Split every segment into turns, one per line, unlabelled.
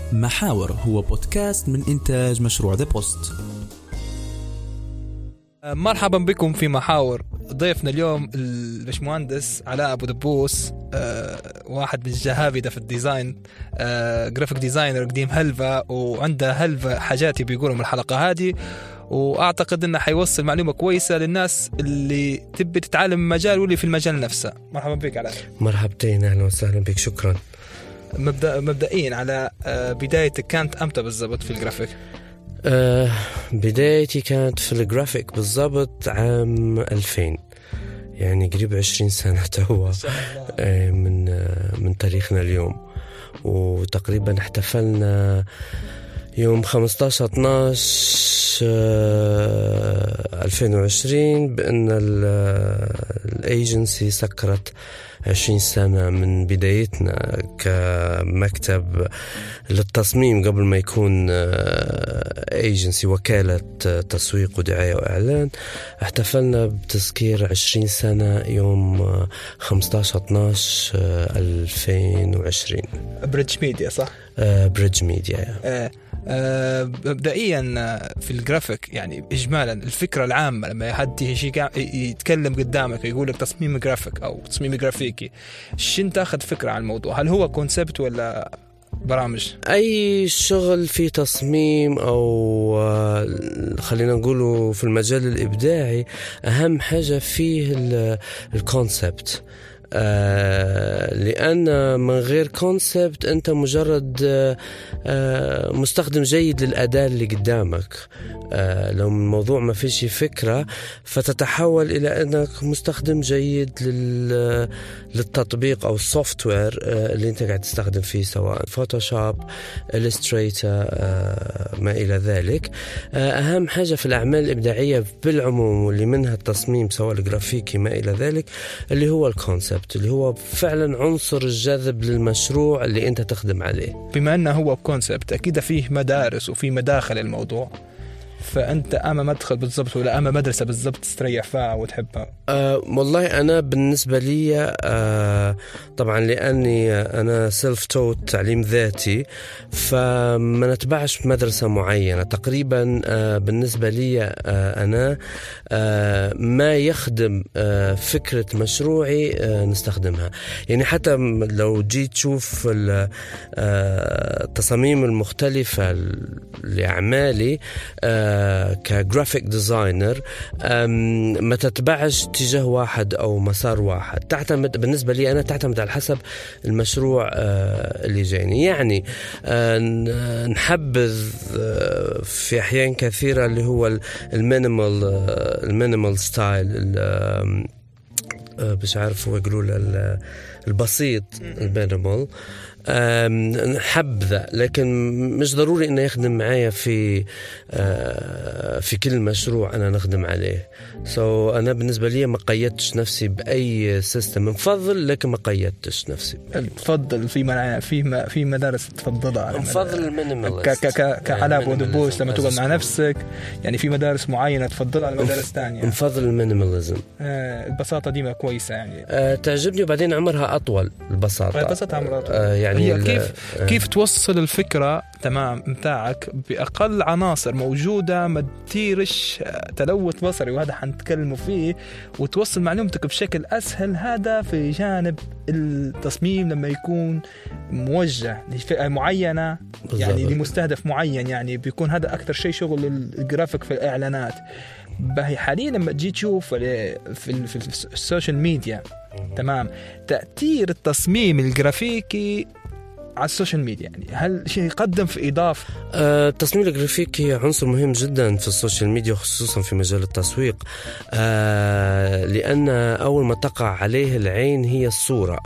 محاور هو بودكاست من إنتاج مشروع ذا بوست.
مرحبا بكم في محاور. ضيفنا اليوم الباشمهندس علاء أبو دبوس، واحد من الجهابدة في الديزاين، جرافيك ديزاينر قديم هلفا، وعنده هلفا حاجاتي بيقولوا من الحلقة هذه، وأعتقد أنه حيوصل معلومة كويسة للناس اللي تبي تتعلم مجال واللي في المجال نفسه. مرحبا بك علاء.
مرحبتين، أهلا وسهلا بك، شكرا.
مبدئيا على بدايتك كانت أمتى بالضبط في الجرافيك؟
بدايتي كانت في الجرافيك بالضبط عام 2000، يعني قريب 20 سنة توا من تاريخنا اليوم. وتقريبا احتفلنا يوم 15/12/2020 بأن الايجنسي سكرت 20 سنة من بدايتنا كمكتب للتصميم قبل ما يكون ايجنسي، وكالة تسويق ودعاية وإعلان. احتفلنا بتذكير 20 سنة يوم 15/12/2020 بريدج
ميديا، صح؟
بريدج ميديا.
مبدئيا في الجرافيك، يعني إجمالا الفكرة العامة لما حد يتكلم قدامك يقول لك تصميم جرافيك أو تصميم جرافيكي، شن تاخذ فكرة عن الموضوع؟ هل هو كونسبت ولا برامج؟
أي شغل في تصميم أو خلينا نقوله في المجال الإبداعي، أهم حاجة فيه الكونسبت. لأن من غير كونسبت أنت مجرد مستخدم جيد للأداة اللي قدامك. لو الموضوع ما فيش فكرة فتتحول إلى أنك مستخدم جيد للتطبيق أو السوفت وير اللي أنت قاعد تستخدم فيه، سواء فوتوشوب، إليستريتور، ما إلى ذلك. أهم حاجة في الأعمال الإبداعية بالعموم، واللي منها التصميم سواء الجرافيكي ما إلى ذلك، اللي هو الكونسبت، اللي هو فعلا عنصر الجذب للمشروع اللي أنت تخدم عليه.
بما أنه هو كونسبت، أكيد فيه مدارس وفيه مداخل الموضوع، فأنت أما مدخل بالضبط ولا أما مدرسة بالضبط تستريح فيها وتحبها؟
والله أنا بالنسبة لي طبعا لأني أنا سيلف توت، تعليم ذاتي، فما نتبعش مدرسة معينة. تقريبا بالنسبة لي أنا ما يخدم فكرة مشروعي نستخدمها. يعني حتى لو جيت تشوف التصاميم المختلفة لأعمالي كجرافيك ديزاينر، ما تتبعش اتجاه واحد أو مسار واحد. تعتمد بالنسبة لي أنا تعتمد على حسب المشروع اللي جايني. يعني نحبذ في أحيان كثيرة اللي هو المينيمال ستايل، مش عارف هو يقولوا البسيط، المينيمال. نحب ذا، لكن مش ضروري انه يخدم معايا في كل مشروع انا نخدم عليه. انا بالنسبه لي ما قيدتش نفسي باي سيستم، مفضل لكن ما قيدتش نفسي.
تفضل في مدارس تفضلها؟
مفضل المينيمال
كعلاء أبو دبوس لما تقعد مع نفسك، يعني في مدارس معينه تفضلها على مدارس ثانيه؟
مفضل المينيماليزم.
البساطه دي ما كويسه يعني،
تعجبني. وبعدين عمرها اطول، البساطه عمرها أطول.
يعني كيف توصل الفكرة تمام متاعك بأقل عناصر موجودة، ما تثيرش تلوث بصري، وهذا حنتكلموا فيه، وتوصل معلومتك بشكل أسهل. هذا في جانب التصميم لما يكون موجه لفئة معينة، يعني لمستهدف معين، يعني بيكون هذا أكثر شيء شغل الجرافيك في الإعلانات. باهي حاليا لما تجي تشوف في السوشيال ميديا، تمام، تأثير التصميم الجرافيكي على السوشيال ميديا، يعني هل شيء يقدم في إضافة؟
التصميم الجرافيكي عنصر مهم جدا في السوشيال ميديا، خصوصا في مجال التسويق، لأن أول ما تقع عليه العين هي الصورة،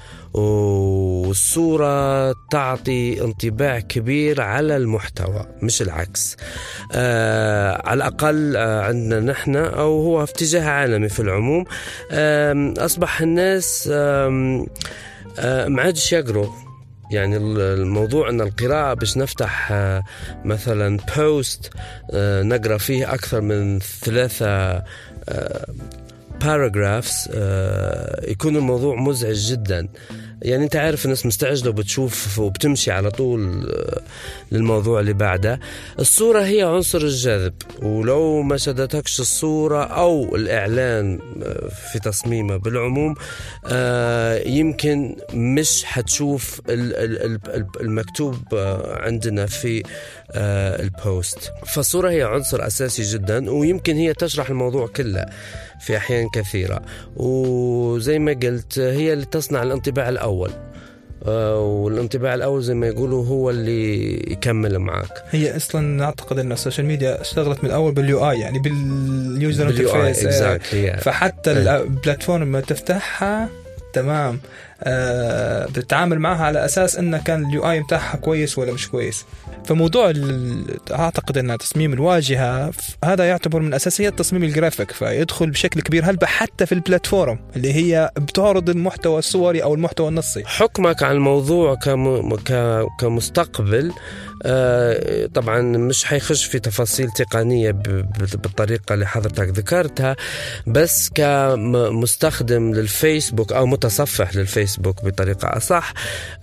والصورة تعطي انطباع كبير على المحتوى، مش العكس. على الأقل عندنا نحن، أو هو في اتجاه عالمي في العموم. أصبح الناس ما عادش يقروا. يعني الموضوع أن القراءة باش نفتح مثلا بوست نقرأ فيه أكثر من 3 paragraphs، يكون الموضوع مزعج جدا. يعني أنت عارف الناس مستعجلة وبتشوف وبتمشي على طول للموضوع اللي بعده. الصورة هي عنصر الجذب، ولو ما شدتكش الصورة أو الإعلان في تصميمه بالعموم يمكن مش حتشوف المكتوب عندنا في البوست. فالصورة هي عنصر أساسي جدا، ويمكن هي تشرح الموضوع كله في أحيان كثيرة، وزي ما قلت هي اللي تصنع الانطباع الأول، والانطباع الأول زي ما يقولوا هو اللي يكمل معك.
هي أصلا أعتقد أن السوشيال ميديا اشتغلت من الأول باليو آي، يعني باليوزر انترفيس. فحتى البلاتفورم ما تفتحها تمام بتتعامل معها على أساس أنه كان اليو آي متاعها كويس ولا مش كويس. فموضوع أعتقد أن تصميم الواجهة هذا يعتبر من أساسيات تصميم الجرافيك، فيدخل بشكل كبير هلبة حتى في البلاتفورم اللي هي بتعرض المحتوى الصوري أو المحتوى النصي.
حكمك على الموضوع كمستقبل طبعا مش حيخش في تفاصيل تقنية بالطريقة اللي حضرتك ذكرتها، بس كمستخدم للفيسبوك أو متصفح للفيسبوك بطريقة أصح،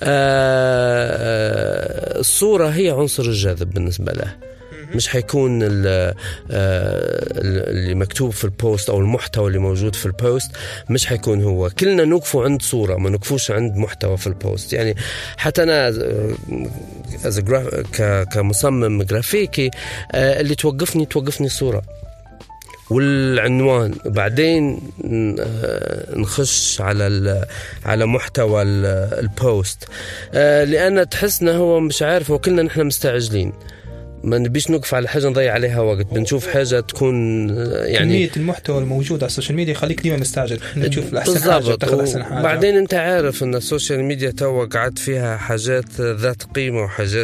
الصورة هي عنصر الجذب بالنسبة له. مش حيكون اللي مكتوب في البوست أو المحتوى اللي موجود في البوست مش حيكون هو. كلنا نوقفوا عند صورة، ما نوقفوش عند محتوى في البوست. يعني حتى أنا كمصمم جرافيكي اللي توقفني صورة والعنوان، بعدين نخش على محتوى البوست، لأن تحسنا هو مش عارف، وكلنا نحن مستعجلين، ما نبيش نوقف على حاجة نضيع عليها وقت، بنشوف حاجة تكون يعني
كمية المحتوى الموجود على السوشيال ميديا يخليك ديما مستعجل نشوف الأحسن حاجة وتاخذ أحسن حاجة.
بعدين أنت عارف أن السوشيال ميديا توقعت فيها حاجات ذات قيمة وحاجات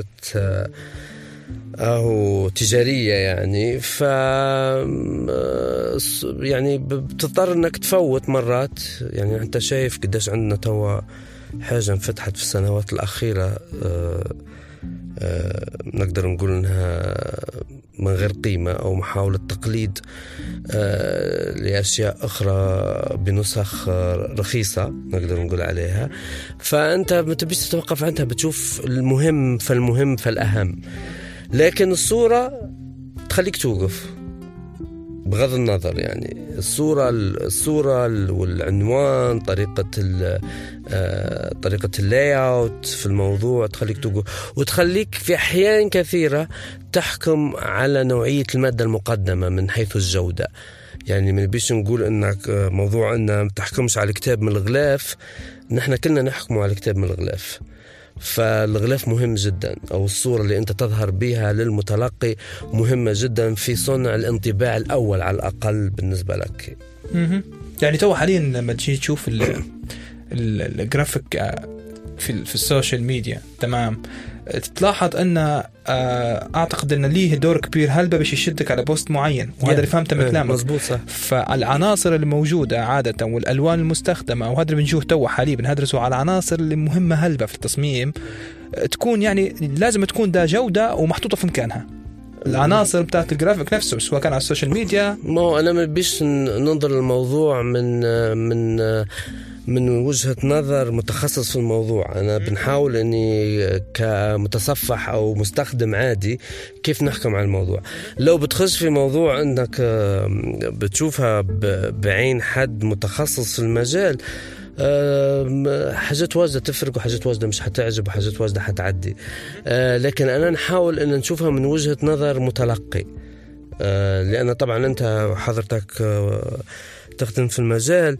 أو تجارية، يعني يعني بتضطر أنك تفوت مرات. يعني أنت شايف قديش عندنا توا حاجة انفتحت في السنوات الأخيرة نقدر نقول إنها من غير قيمة أو محاولة تقليد لأشياء أخرى بنسخ رخيصة نقدر نقول عليها. فأنت ما تبيش تتوقف عندها، بتشوف المهم فالأهم. لكن الصورة تخليك توقف بغض النظر، يعني الصورة والعنوان، طريقة اللاyout في الموضوع تخليك توقف، وتخليك في أحيان كثيرة تحكم على نوعية المادة المقدمة من حيث الجودة. يعني ما نبيش نقول إنك موضوع إن تحكمش على الكتاب من الغلاف، نحن كلنا نحكم على الكتاب من الغلاف. فالغلاف مهم جدا، أو الصورة اللي أنت تظهر بها للمتلقي مهمة جدا في صنع الانطباع الأول على الأقل بالنسبة لك.
يعني تو حاليا لما تجي تشوف الجرافيك في السوشيال ميديا تمام، تلاحظ أن أعتقد أن ليه دور كبير هلبة باش يشدك على بوست معين، وهذا اللي فهمته من كلامك
مزبوط صح.
فالعناصر اللي موجودة عادة والألوان المستخدمة، وهذا اللي بنشوف تو حاليا بندرسوا على العناصر اللي مهمة هلبة في التصميم، تكون يعني لازم تكون دا جودة ومحطوطة في مكانها. العناصر بتاعت الجرافيك نفسه سواء كان على السوشيال ميديا،
ما هو أنا ما بيش ننظر الموضوع من وجهة نظر متخصص في الموضوع. أنا بنحاول أني كمتصفح أو مستخدم عادي كيف نحكم على الموضوع. لو بتخش في موضوع أنك بتشوفها بعين حد متخصص في المجال، حاجات واجدة تفرق وحاجات واجدة مش هتعجب وحاجات واجدة هتعدي. لكن أنا نحاول أن نشوفها من وجهة نظر متلقي، لأن طبعا أنت حضرتك تخدم في المجال،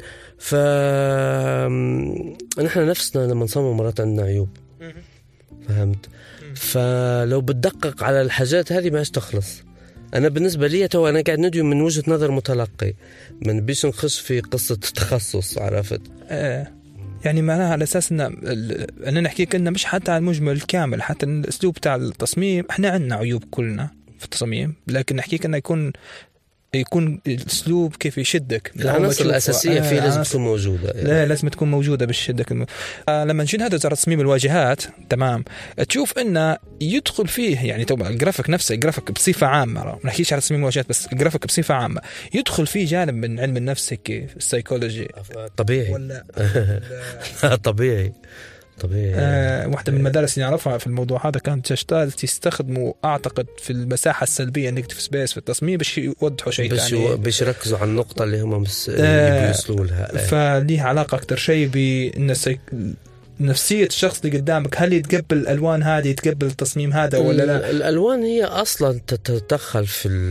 فنحن نفسنا لما نصمم مرات عندنا عيوب، فهمت؟ فلو بتدقق على الحاجات هذه ما تخلص. أنا بالنسبة لي تو أنا قاعد ندوي من وجهة نظر متلقي، ما نبيش نخش في قصة تخصص، عرفت؟
يعني معناها على أساس أن نحكي كنا مش حتى على المجمل الكامل، حتى الأسلوب بتاع التصميم إحنا عندنا عيوب كلنا في التصميم، لكن نحكي كنا يكون يكون الاسلوب كيف يشدك.
العناصر الاساسيه فيه لازم تكون موجوده يعني.
لا لازم تكون موجوده بالشدك. لما نجي هذا تصميم الواجهات تمام، تشوف انه يدخل فيه يعني طبعا الجرافيك نفسه، الجرافيك بصفه عامه، ما نحكيش على تصميم الواجهات بس، الجرافيك بصفه عامه يدخل فيه جانب من علم النفس كيف السيكولوجي.
طبيعي
ولا
طبيعي.
واحدة من المدارس اللي نعرفها في الموضوع هذا كانت تشتغل تستخدموا أعتقد في المساحة السلبية نيجاتيف سبيس في التصميم باش يوضحوا شيء ثاني،
باش يركزوا على النقطة اللي هم يوصلوا لها.
فليه علاقة أكتر شيء بأن نفسية الشخص اللي قدامك، هل يتقبل الألوان هذه، يتقبل التصميم هذا ولا لا.
الألوان هي أصلا تتدخل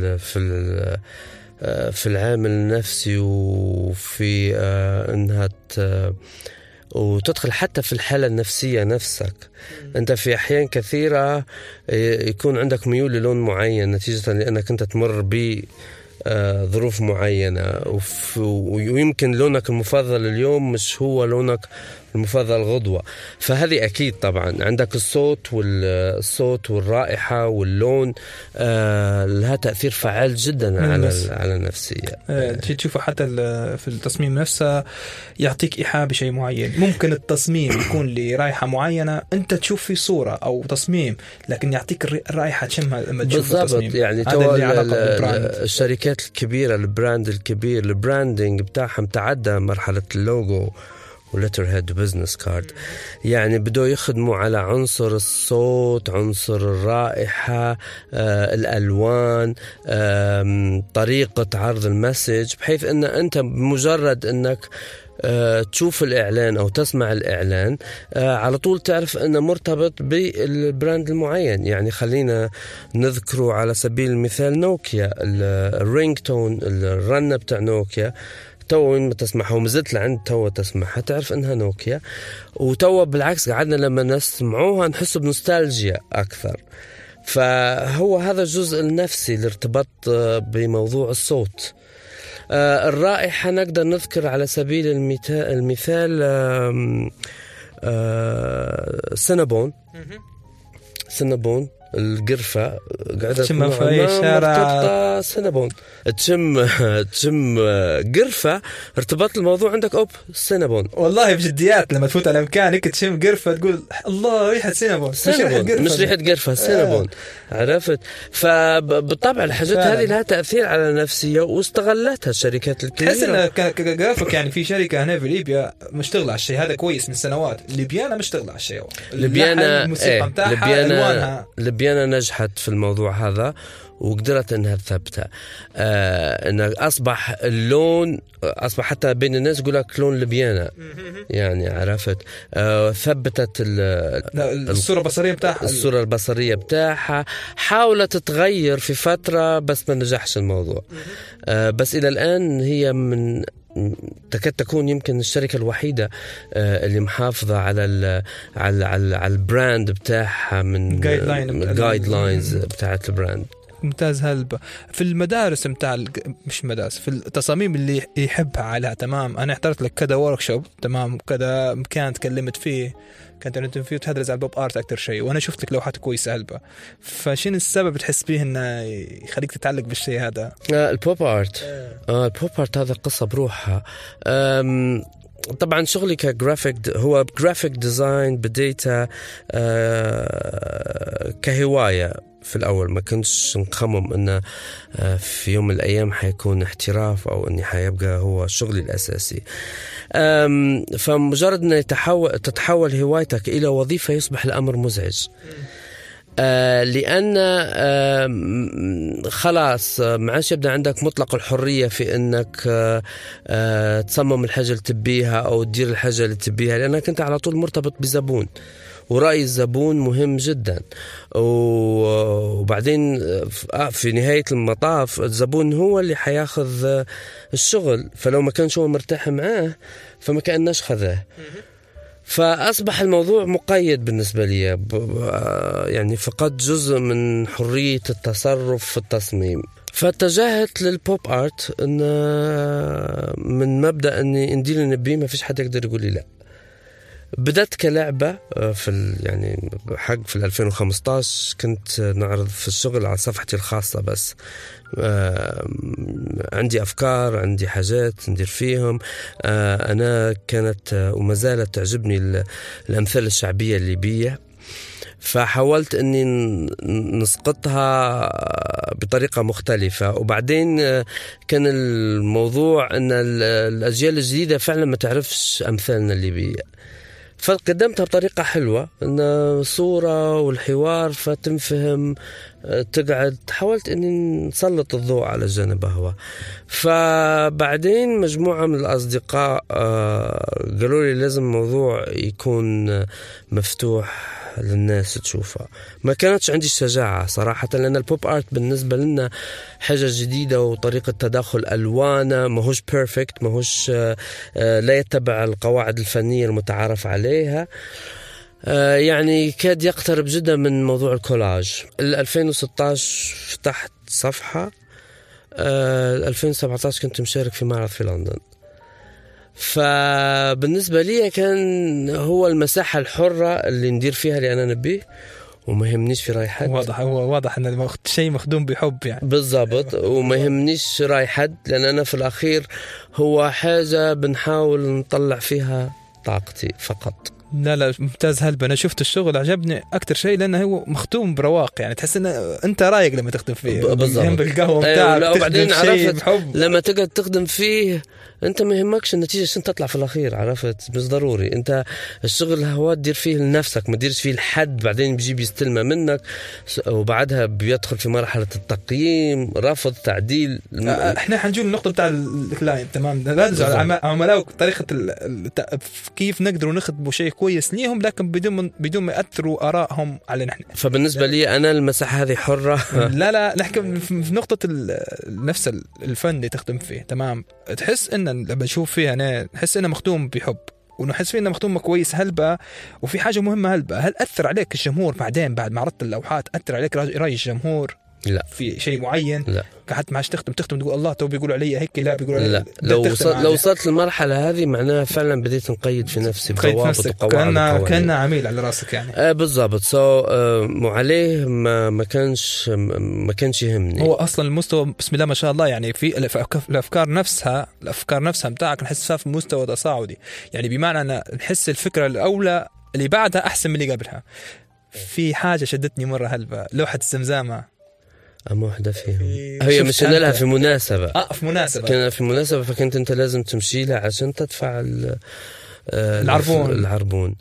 في العامل النفسي وفي أنها وتدخل حتى في الحالة النفسية نفسك. أنت في أحيان كثيرة يكون عندك ميول للون معين نتيجة لأنك أنت تمر بظروف معينة، ويمكن لونك المفضل اليوم مش هو لونك المفضل غدوة. فهذه أكيد طبعا عندك الصوت والرائحة واللون لها تأثير فعال جدا على النفسية.
تشوفه حتى في التصميم نفسه يعطيك إيحاء بشيء معين. ممكن التصميم يكون لرائحة معينة أنت تشوف في صورة أو تصميم، لكن يعطيك الرائحة تشمها لما تشوف التصميم.
يعني الشركات الكبيرة، البراند الكبير، البراندنج بتاعهم تعدى مرحلة اللوجو ولتر هيد وبزنس كارد. يعني بدو يخدموا على عنصر الصوت، عنصر الرائحة، الألوان، طريقة عرض المسج، بحيث أن أنت بمجرد أنك تشوف الإعلان أو تسمع الإعلان على طول تعرف أنه مرتبط بالبراند المعين. يعني خلينا نذكره على سبيل المثال نوكيا، الرينج تون، الرنة بتاع نوكيا، تو ما تسمعها ومزلت لعند تو تسمعها تعرف انها نوكيا. وتو بالعكس قعدنا لما نسمعوها نحس بنوستالجيا اكثر. فهو هذا الجزء النفسي الارتباط بموضوع الصوت. الرائحة نقدر نذكر على سبيل المثال سينابون القرفة قاعدة
تشم في أي شارع
سينابون، تشم قرفة ارتبط الموضوع عندك سينابون.
والله بجديات لما تفوت على مكانك تشم قرفة تقول الله ريحة سينابون،
مش ريحة قرفة، سينابون. عرفت؟ فبالطبع الحاجات هذه لها تأثير على النفسية واستغلتها الشركات الكبيرة.
تحس إن كجرافيك يعني في شركة هنا في ليبيا مشتغلة على الشيء هذا كويس من سنوات. ليبيانا مشتغلة على الشيء،
ليبيانا نجحت في الموضوع هذا وقدرت انها تثبته. انه اصبح اللون اصبح حتى بين الناس يقول لك لون ليبيانا. يعني عرفت؟ ثبتت الصورة البصرية بتاعها. حاولت تتغير في فترة بس ما نجحش الموضوع. بس الى الان هي من تكاد تكون يمكن الشركة الوحيدة اللي محافظة على البراند بتاعها من الجايد لاينز بتاعت البراند.
ممتاز. هلبة في المدارس مش مدارس، في التصاميم اللي يحبها عليها تمام. أنا احضرت لك كذا وركشوب تمام، كذا مكان تكلمت فيه، كانت انترفيو تهدرز على البوب آرت أكتر شيء، وأنا شفت لك لوحات كويسة هلبة. فشين السبب تحس فيه إنه يخليك تتعلق بالشيء هذا؟
البوب آرت. البوب آرت هذا قصة بروحها. طبعا شغلي هو جرافيك ديزاين. بديته كهواية في الأول، ما كنتش نخمم أنه في يوم من الأيام حيكون احتراف أو أني حيبقى هو شغلي الأساسي. فمجرد أن تتحول هوايتك إلى وظيفة يصبح الأمر مزعج. لأن خلاص ما عادش يبدأ عندك مطلق الحرية في أنك تصمم الحاجة اللي تبيها أو تدير الحاجة اللي تبيها، لأنك أنت على طول مرتبط بزبون، ورأي الزبون مهم جدا. وبعدين في نهاية المطاف الزبون هو اللي حياخذ الشغل، فلو ما كانش هو مرتاح معاه فما كأناش خذاه. فأصبح الموضوع مقيد بالنسبة لي، يعني فقد جزء من حرية التصرف في التصميم. فاتجهت للبوب آرت من مبدأ أني ندير نبي ما فيش حد يقدر يقول لي لا. بدأت كلعبة يعني حق في 2015 كنت نعرض في الشغل على صفحتي الخاصة بس. عندي أفكار، عندي حاجات ندير فيهم. أنا كانت وما زالت تعجبني الأمثال الشعبية الليبية، فحاولت أني نسقطها بطريقة مختلفة. وبعدين كان الموضوع أن الأجيال الجديدة فعلا ما تعرفش أمثالنا الليبية، فقدمتها بطريقة حلوة، أن صورة والحوار فتنفهم تقعد. حاولت أني نسلط الضوء على الجانب هو. فبعدين مجموعة من الأصدقاء قالوا لي لازم الموضوع يكون مفتوح للناس تشوفها. ما كانتش عندي الشجاعة صراحة، لأن البوب آرت بالنسبة لنا حاجة جديدة وطريقة تداخل ألوانه ماهوش بيرفكت، ماهوش لا يتبع القواعد الفنية المتعارف عليها. يعني كاد يقترب جدا من موضوع الكولاج. 2016 فتحت صفحة. 2017 كنت مشارك في معرض في لندن. فبالنسبة لي كان هو المساحة الحرة اللي ندير فيها اللي أنا نبيه، وما يهمنيش في رأي حد.
واضح أن شيء مخدوم بحب يعني.
بالضبط. وما يهمنيش رأي حد، لأن أنا في الأخير هو حاجة بنحاول نطلع فيها طاقتي فقط.
لا ممتاز هلبة. أنا شفت الشغل عجبني أكتر شيء لأنه هو مختوم برواق، يعني تحس إن أنت رايق لما تخدم فيه
بالضبط
بالقهوة بتاعك.
وبعدين عرفت لما تقعد تخدم فيه أنت ما يهمكش النتيجة شن تطلع في الأخير، عرفت؟ مش ضروري. أنت الشغل هو تدير فيه لنفسك، ما تديرش فيه لحد بعدين بيجي بيستلمه منك وبعدها بيدخل في مرحلة التقييم، رفض، تعديل.
احنا حنجول النقطة بتاع الكلاينت. تمام، لا نزعل عملاء طريقة كيف نقدر نخدموا شيء كويس ليهم لكن بدون ما يأثروا آرائهم علينا احنا.
فبالنسبة لي أنا المساحة هذه حرة.
لا نحكي في نقطة نفس الفن اللي تخدم فيه. تمام، تحس إن لما نشوف فيها أنا نحس إنه مخدوم بحب ونحس فيه إنه مخدوم كويس هلبة. وفي حاجة مهمة هلبة، هل أثر عليك الجمهور بعدين بعد ما عرضت اللوحات؟ أثر عليك رأي الجمهور؟
لا.
في شيء معين؟
لا.
قعدت معاش تخدم تقول الله تو بيقولوا علي هيك، لا بيقولوا علي
لا. لو وصلت للمرحلة هذه معناها فعلا بديت نقيد في نفسي بضوابط
وقواعد. كأنه عميل على راسك يعني.
بالضبط. وعليه ما كانش يهمني.
هو أصلا المستوى بسم الله ما شاء الله، يعني في الأفكار نفسها متاعك نحسها في مستوى تصاعدي، يعني بمعنى أن نحس الفكرة الأولى اللي بعدها أحسن من اللي قبلها. في حاجة شدتني مرة هلبة، لوحة الزمزامة.
واحدة فيهم هي مشينا لها في مناسبة. كان في مناسبة، فكنت أنت لازم تمشي لها عشان تدفع العربون.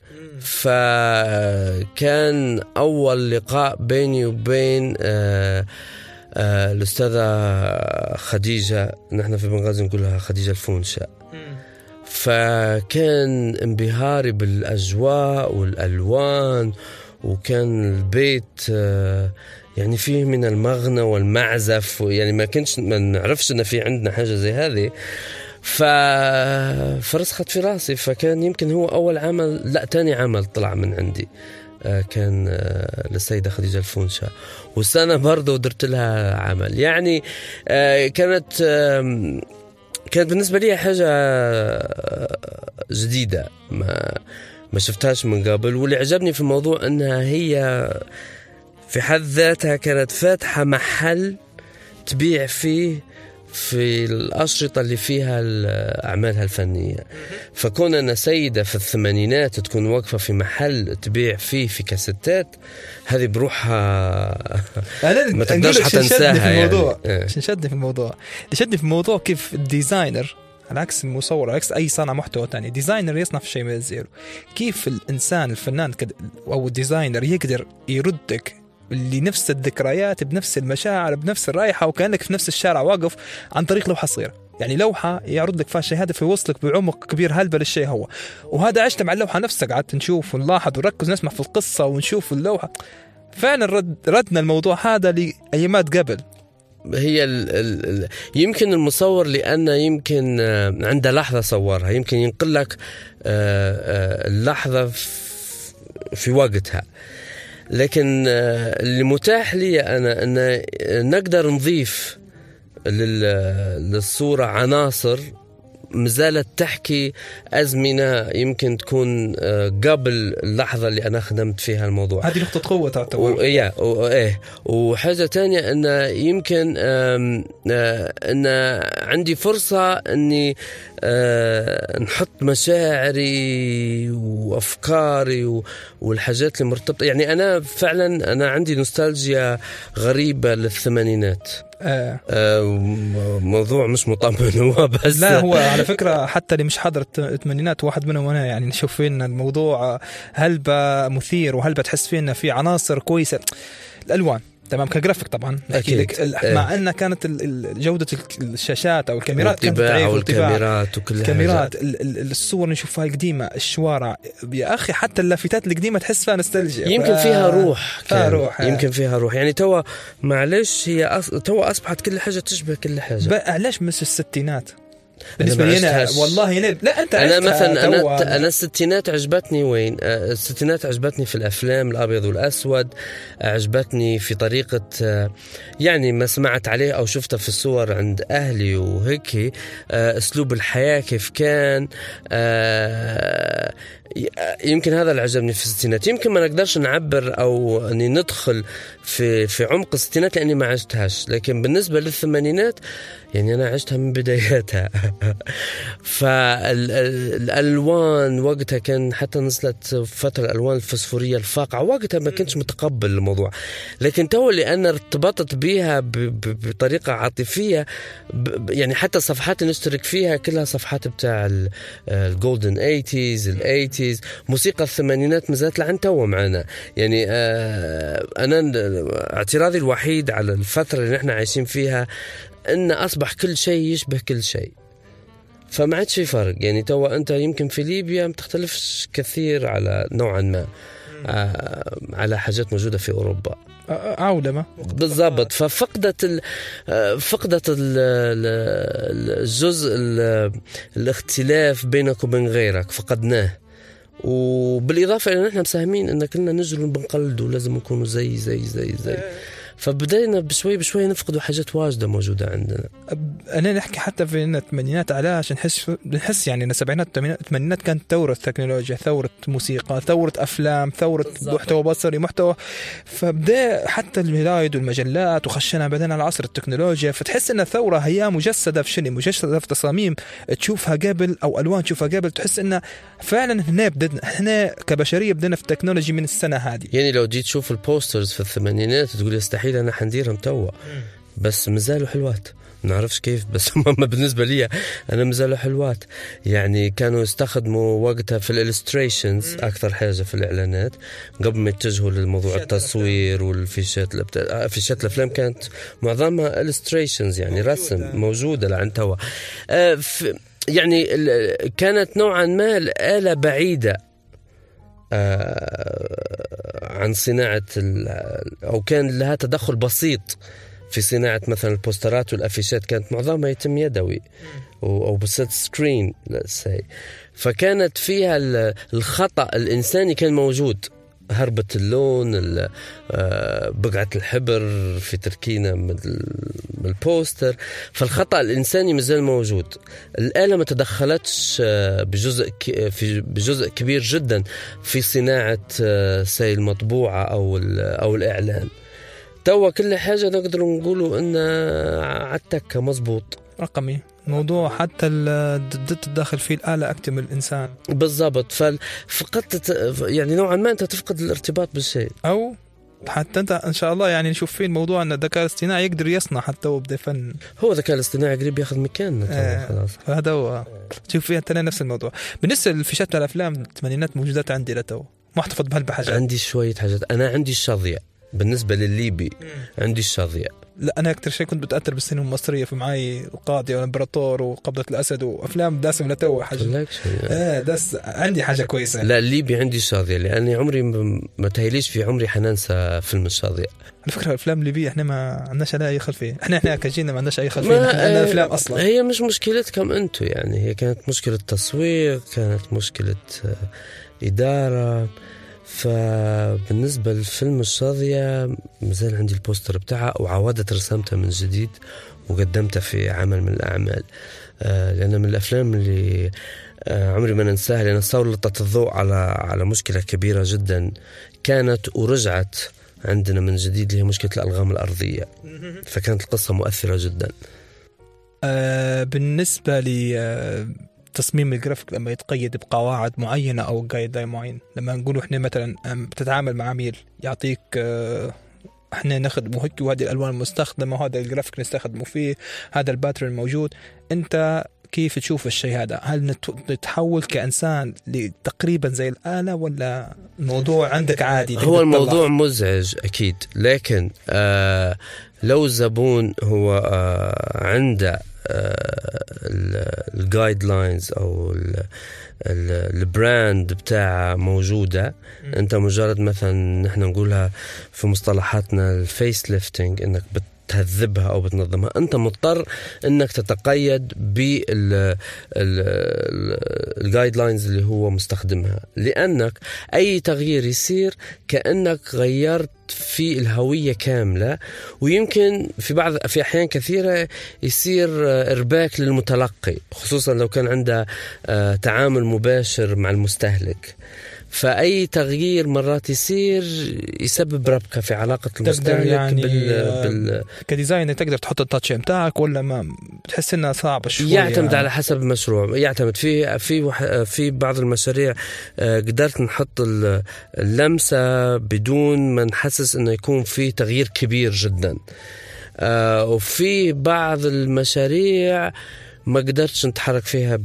فكان أول لقاء بيني وبين الأستاذة خديجة، نحن في بنغازي نقولها خديجة الفونشة. فكان انبهاري بالأجواء والألوان، وكان البيت يعني فيه من المغنى والمعزف، يعني ما نعرفش ان في عندنا حاجة زي هذه. فرسخت في راسي. فكان يمكن هو اول عمل، لا تاني عمل طلع من عندي كان للسيدة خديجة الفونشة. والسنة برضو درت لها عمل. يعني كانت بالنسبة لي حاجة جديدة ما شفتهاش من قبل. واللي عجبني في الموضوع أنها هي في حد ذاتها كانت فاتحة محل تبيع فيه في الأشرطة اللي فيها أعمالها الفنية. فكون أنا سيدة في الثمانينات تكون واقفة في محل تبيع فيه في كاسيتات، هذه بروحها ما تقدرش حتى تنساها.
يعني شدني في الموضوع كيف الديزاينر على عكس المصور، على عكس أي صانع محتوى تاني، ديزاينر يصنع في شيء من الزيرو. كيف الإنسان الفنان أو الديزاينر يقدر يردك لنفس الذكريات بنفس المشاعر بنفس الرائحة، وكأنك في نفس الشارع واقف عن طريق لوحة صغيرة. يعني لوحة يعرض لك فيها شيء هذا فيوصلك بعمق كبير هلبة للشيء هو. وهذا عشت مع اللوحة نفسها، قعدت نشوف ونلاحظ ونركز نسمع في القصة ونشوف اللوحة. فعلا ردنا الموضوع هذا لأيامات قبل.
هي يمكن المصور لأنه يمكن عنده لحظة صورها، يمكن ينقل لك اللحظة في وقتها. لكن اللي متاح لي أنا أن نقدر نضيف للصورة عناصر مازالت تحكي أزمنة يمكن تكون قبل اللحظة اللي أنا خدمت فيها الموضوع.
هذه نقطة قوة تعتبر.
وحاجة تانية أن يمكن أن عندي فرصة أني نحط مشاعري وأفكاري والحاجات اللي مرتبطة. يعني أنا فعلا أنا عندي نوستالجيا غريبة للثمانينات. موضوع مش مطمئن هو بس.
لا هو على فكرة حتى اللي مش حضر الثمانينات واحد منهم أنا يعني نشوف فينا الموضوع هلبة مثير وهلبة تحس فينا في عناصر كويسة. الألوان تمام كجرافيك طبعا أكيد. مع أن كانت جودة الشاشات أو الكاميرات كانت ضعيفة
والكاميرات وكل
الكاميرات الصور نشوفها القديمة الشوارع يا أخي حتى اللافتات القديمة تحس فيها نوستالجيا.
يمكن فيها روح يمكن فيها روح. يعني توا معلش هي توا أصبحت كل حاجة تشبه كل حاجة.
بقى علاش مش الستينات بالنسبة لي أنا والله لا أنت
أنا مثلا أنا الستينات عجبتني وين؟ الستينات عجبتني في الأفلام الأبيض والأسود، عجبتني في طريقة يعني ما سمعت عليه أو شفته في الصور عند أهلي وهيك أسلوب الحياة كيف كان. يمكن هذا اللي عجبني في الستينات. يمكن ما نقدرش نعبر أو أني ندخل في عمق الستينات لأني ما عشتهاش، لكن بالنسبة للثمانينات يعني أنا عشتها من بداياتها. فالألوان وقتها كان حتى نزلت فترة الألوان الفسفورية الفاقعة، وقتها ما كنتش متقبل الموضوع، لكن تو اللي أنا ارتبطت بيها بطريقة عاطفية. يعني حتى الصفحات اللي نشترك فيها كلها صفحات بتاع الجولدن 80s موسيقى الثمانينات مازالت لعن تو معنا. يعني أنا اعتراضي الوحيد على الفترة اللي نحن عايشين فيها أن أصبح كل شيء يشبه كل شيء، فما عادش في فرق. يعني توا أنت يمكن في ليبيا متختلفش كثير على نوعا ما على حاجات موجودة في أوروبا
عولمة
بالضبط. ففقدت الجزء الاختلاف بينك وبين غيرك، فقدناه. وبالإضافة إلى نحن مساهمين إن كلنا نجروا بنقلد ولازم نكونوا زي فبدأنا بشوي نفقدوا حاجات واجدة موجودة عندنا.
أنا نحكي حتى في الثمانينات علاش نحس يعني إن السبعينات الثمانينات كانت ثورة تكنولوجيا، ثورة موسيقى، ثورة أفلام، ثورة محتوى بصري، محتوى. فبدأ حتى الجرايد والمجلات وخشنا بدنا على عصر التكنولوجيا. فتحس إن الثورة هي مجسدة في شنو، مجسدة في تصاميم تشوفها قبل أو ألوان تشوفها قبل. تحس إن فعلا هنا كبشرية بدنا في التكنولوجيا من السنة هذه.
يعني لو جيت تشوف البوسترز في الثمانينات تقول يستحيل أنا حنديرهم توا، بس مازالوا حلوات. نعرفش كيف بس بالنسبة لي أنا مازالوا حلوات. يعني كانوا يستخدموا وقتها في الإلستريشنز أكثر حاجة في الإعلانات قبل ما يتجهوا للموضوع التصوير والفيشات. فيشات الأفلام كانت معظمها إلستريشنز يعني رسم موجودة لعن توا. يعني كانت نوعا ما الآلة بعيدة عن صناعة أو كان لها تدخل بسيط في صناعة مثلا البوسترات والأفيشات، كانت معظمها يتم يدوي أو بسيط سكرين. فكانت فيها الخطأ الإنساني كان موجود، هربة اللون، بقعة الحبر في تركينا من البوستر. فالخطأ الإنساني مازال موجود. الآلة ما تدخلتش بجزء كبير جدا في صناعة المطبوعة أو الإعلان. توا كل حاجة نقدر نقوله إن عالتكة مزبوط
رقمي موضوع، حتى تدخل فيه الآلة أكتر من الإنسان
بالضبط. فقدت يعني نوعا ما أنت تفقد الارتباط بالشيء.
أو حتى أنت إن شاء الله يعني نشوف فيه الموضوع أن الذكاء الاصطناعي يقدر يصنع حتى وبدأ فن.
هو الذكاء الاصطناعي قريب ياخذ مكاننا خلاص.
هذا هو. شوف فيها تاني نفس الموضوع. بالنسبة للفيشات الأفلام الثمانينات موجودات عندي لتو محتفظ بهالبحاجات.
عندي شوية حاجات. أنا عندي الشظية بالنسبة للليبي. عندي الشظية.
لا أنا أكتر شيء كنت بتأثر بالسينما المصرية، في معي القاضي والإمبراطور وقبضة الأسد وأفلام داسم لتو حاجة. داس عندي حاجة كويسة.
لا الليبي عندي الشاذية، لأني عمري ما تهيليش في عمري حننسى فيلم الشاذية.
على فكرة الأفلام الليبية إحنا ما عندناش أي خلفية. إحنا كجينا ما عندناش أي خلفية. إحنا أفلام أصلا.
هي مش مشكلتكم أنتوا، يعني هي كانت مشكلة تصوير، كانت مشكلة إدارة. فبالنسبة للفيلم الشاذية مازال عندي البوستر بتاعها، وعاودت رسمتها من جديد وقدمتها في عمل من الأعمال. لأن من الأفلام اللي عمري ما ننساها، لأن سلطت الضوء على مشكلة كبيرة جدا كانت ورجعت عندنا من جديد، اللي هي مشكلة الألغام الأرضية. فكانت القصة مؤثرة جدا.
بالنسبة لي تصميم الجرافيك لما يتقيد بقواعد معينة أو جايد لاين معين، لما نقول إحنا مثلا بتتعامل مع عميل يعطيك إحنا نخدمه هيك وهذه الألوان المستخدمة وهذا الجرافيك نستخدمه فيه، هذا الباترن الموجود، أنت كيف تشوف الشيء هذا؟ هل نتحول كإنسان تقريبا زي الآلة، ولا الموضوع عندك عادي؟
هو الموضوع مزعج أكيد، لكن لو الزبون هو عنده الجايد لاينز أو البراند بتاعه موجودة، أنت مجرد مثلا نحن نقولها في مصطلحاتنا الفيس ليفتنج، إنك تهذبها أو بتنظمها، أنت مضطر أنك تتقيد بالجايد لاينز اللي هو مستخدمها، لأنك أي تغيير يصير كأنك غيرت في الهوية كاملة، ويمكن في أحيان كثيرة يصير إرباك للمتلقي، خصوصا لو كان عنده تعامل مباشر مع المستهلك. فأي تغيير مرات يسبب ربكة في علاقة المستهلك
يعني كديزاين تقدر تحط التاتش متاعك، ولا ما بتحس إنها صعبة شوية؟
يعتمد على حسب المشروع، يعتمد في بعض المشاريع قدرت نحط اللمسة بدون ما نحسس إنه يكون في تغيير كبير جدا، وفي بعض المشاريع ما قدرتش نتحرك فيها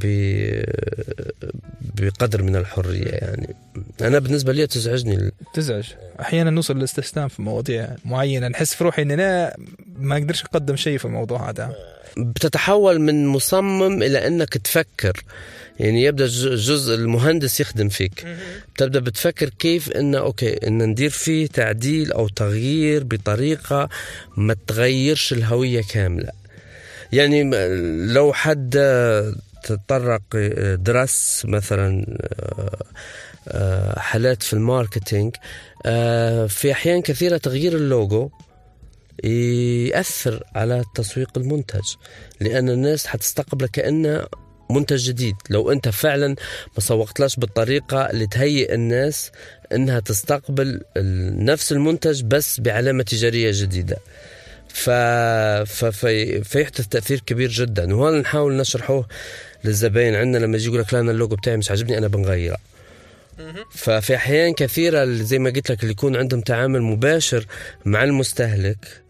بقدر من الحرية. يعني أنا بالنسبة لي تزعج
أحيانا نوصل للاستسلام في مواضيع معينة، نحس في روحي إننا ما أقدرش أقدم شيء في الموضوع هذا.
بتتحول من مصمم إلى أنك تفكر، يعني يبدأ جزء المهندس يخدم فيك، تبدأ بتفكر كيف إن ندير فيه تعديل أو تغيير بطريقة ما تغيرش الهوية كاملة. يعني لو حد تطرق درس مثلا حالات في الماركتينج، في أحيان كثيرة تغيير اللوجو يأثر على تسويق المنتج، لأن الناس حتستقبله كأنه منتج جديد لو أنت فعلا ما سوقتلاش بالطريقة اللي تهيئ الناس أنها تستقبل نفس المنتج بس بعلامة تجارية جديدة. فيحدث تأثير كبير جدا، وهذا نحاول نشرحه للزبائن عندنا لما يجي يقول لك لا أنا اللوجو بتاعي مش عاجبني أنا بنغيره. ففي أحيان كثيرة زي ما قلت لك اللي يكون عندهم تعامل مباشر مع المستهلك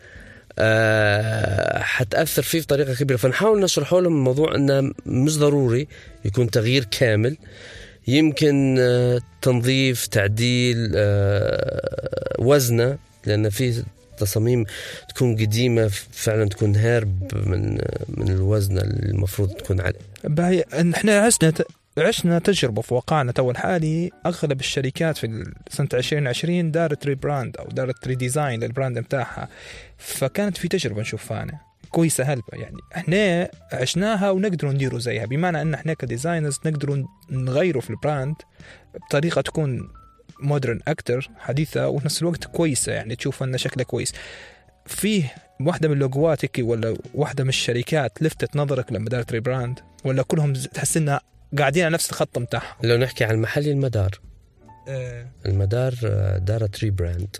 حتأثر فيه بطريقة كبيرة، فنحاول نشرحه لهم الموضوع أنه مش ضروري يكون تغيير كامل، يمكن تنظيف تعديل وزنه، لأن في تصاميم تكون قديمة فعلا تكون هارب من الوزن اللي المفروض تكون عليه.
احنا عشنا تجربة في واقعنا تو الحالي. أغلب الشركات في سنة 2020 دارت ريبراند أو دارت ريديزاين للبراند متاعها، فكانت في تجربة نشوفها أنا كويسة هلبة، يعني احنا عشناها ونقدر نديروا زيها، بمعنى أن احنا كديزاينرز نقدروا نغيروا في البراند بطريقة تكون مودرن أكتر حديثة وفي نفس الوقت كويسة، يعني تشوف أن شكلها كويس. فيه واحدة من اللوجواتك ولا واحدة من الشركات لفتت نظرك لما دارت ريبراند، ولا كلهم تحس إنها قاعدين على نفس الخط متاعها؟
لو نحكي عن المحلي المدار المدار دارت ريبراند،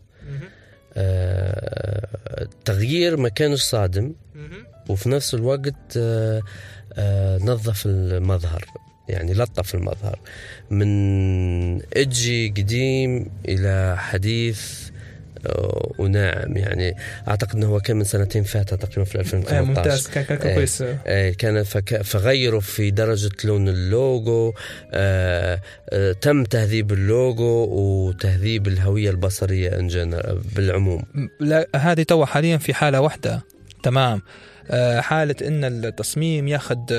تغيير ما كانش صادم، وفي نفس الوقت نظف المظهر، يعني لطف المظهر من إدجي قديم إلى حديث وناعم. يعني أعتقد أنه هو كان من سنتين فاتت تقريبا في 2018.
ممتاز، كان كويس.
كان فغيروا في درجة لون اللوجو، تم تهذيب اللوجو وتهذيب الهوية البصرية بالعموم.
لا هذه تو حاليا في حالة واحدة تمام، حالة إن التصميم ياخد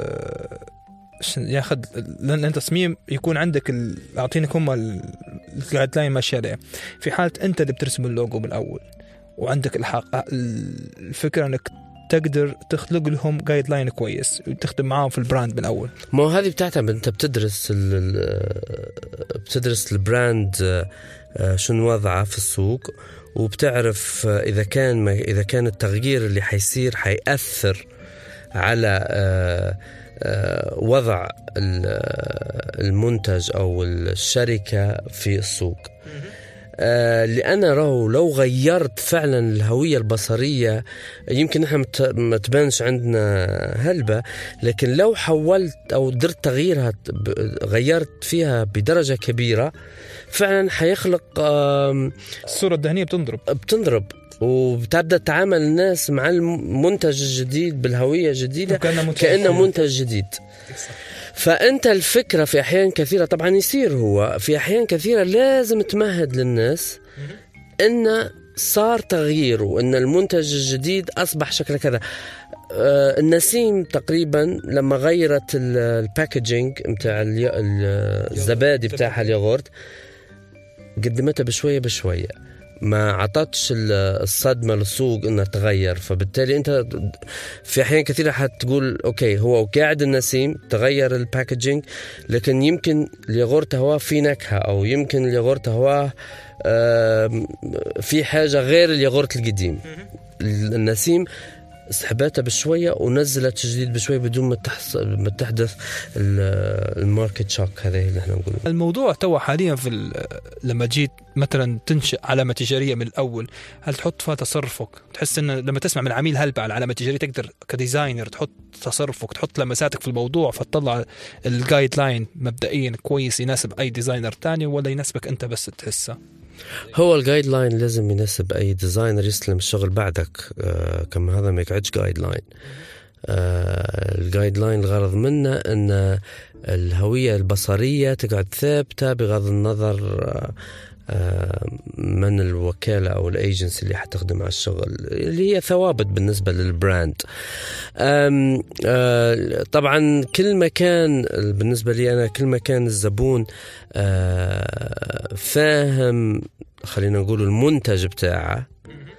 لأن التصميم يكون عندك أعطينك هم الجايد لاين ماشية عليه. في حالة أنت اللي بترسم اللوجو بالأول وعندك الفكرة أنك تقدر تخلق لهم جايد لاين كويس وتخدم معاهم في البراند بالأول.
ما هذه بتعتمد أنت بتدرس البراند شنو وضعه في السوق، وبتعرف إذا كان التغيير اللي حيصير حيأثر على وضع المنتج أو الشركة في السوق. لأن لو غيرت فعلا الهوية البصرية، يمكن نحن ما تبانش عندنا هلبة، لكن لو حولت أو درت تغييرها، غيرت فيها بدرجة كبيرة، فعلا حيخلق
الصورة الذهنية
بتنضرب وبتبدأ تعامل الناس مع المنتج الجديد بالهوية الجديدة كأنه منتج جديد. فأنت الفكرة في أحيان كثيرة طبعا يصير هو في أحيان كثيرة لازم تمهد للناس إن صار تغيير وإن المنتج الجديد أصبح شكل كذا. النسيم تقريبا لما غيرت الباكجينج متاع الزبادي بتاعها الياغورت قدمتها بشوية بشوية، ما عطتش الصدمة للسوق انها تغير. فبالتالي انت في احيان كثيرة حتقول اوكي هو قاعد النسيم تغير الباكجينج، لكن يمكن الياغورت هواه في نكهة، او يمكن الياغورت هواه في حاجة غير الياغورت القديم. النسيم سحبتها بشوية ونزلت جديد بشوية بدون ما تحدث الماركت شوك. هذا اللي احنا نقوله.
الموضوع توا حاليا لما جيت مثلا تنشئ علامة تجارية من الأول، هل تحط فيها تصرفك؟ تحس إن لما تسمع من عميل هلبة على علامة تجارية تقدر كديزاينر تحط تصرفك، تحط لمساتك في الموضوع، فتطلع الجايد لاين مبدئيا كويس يناسب أي ديزاينر تاني، ولا يناسبك أنت بس تحسه؟
هو الجايد لاين لازم يناسب أي ديزاينر يسلم الشغل بعدك. كما هذا ما يقعدش جايد لاين. الجايد لاين الغرض منه أن الهوية البصرية تقعد ثابتة بغض النظر من الوكالة أو الأيجنسي اللي حتخدم على الشغل، اللي هي ثوابت بالنسبة للبراند. طبعا كل مكان بالنسبة لي أنا، كل مكان الزبون فاهم خلينا نقول المنتج بتاعه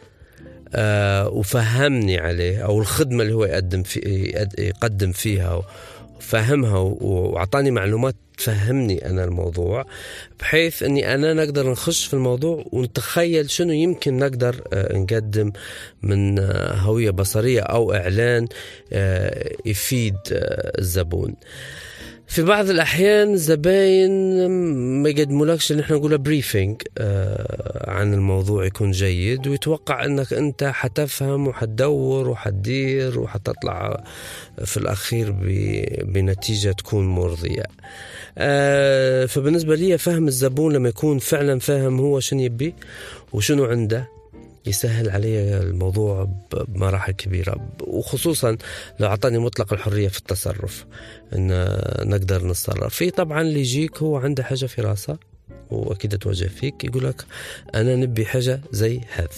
وفهمني عليه، أو الخدمة اللي هو يقدم فيها فهمها وعطاني معلومات تفهمني أنا الموضوع، بحيث أني أنا نقدر نخش في الموضوع ونتخيل شنو يمكن نقدر نقدم من هوية بصرية أو إعلان يفيد الزبون. في بعض الأحيان الزباين ما يقدموا لكش اللي نحن نقوله بريفينج عن الموضوع يكون جيد، ويتوقع أنك أنت حتفهم وحتدور وحتدير وحتطلع في الأخير بنتيجة تكون مرضية. فبالنسبة لي فهم الزبون لما يكون فعلا فاهم هو شنو يبي وشنو عنده يسهل علي الموضوع بمراحل كبيرة، وخصوصا لو عطاني مطلق الحرية في التصرف إن نقدر نتصرف فيه. طبعا اللي يجيك هو عنده حاجة في راسه وأكيد توجه فيك يقولك أنا نبي حاجة زي هذا،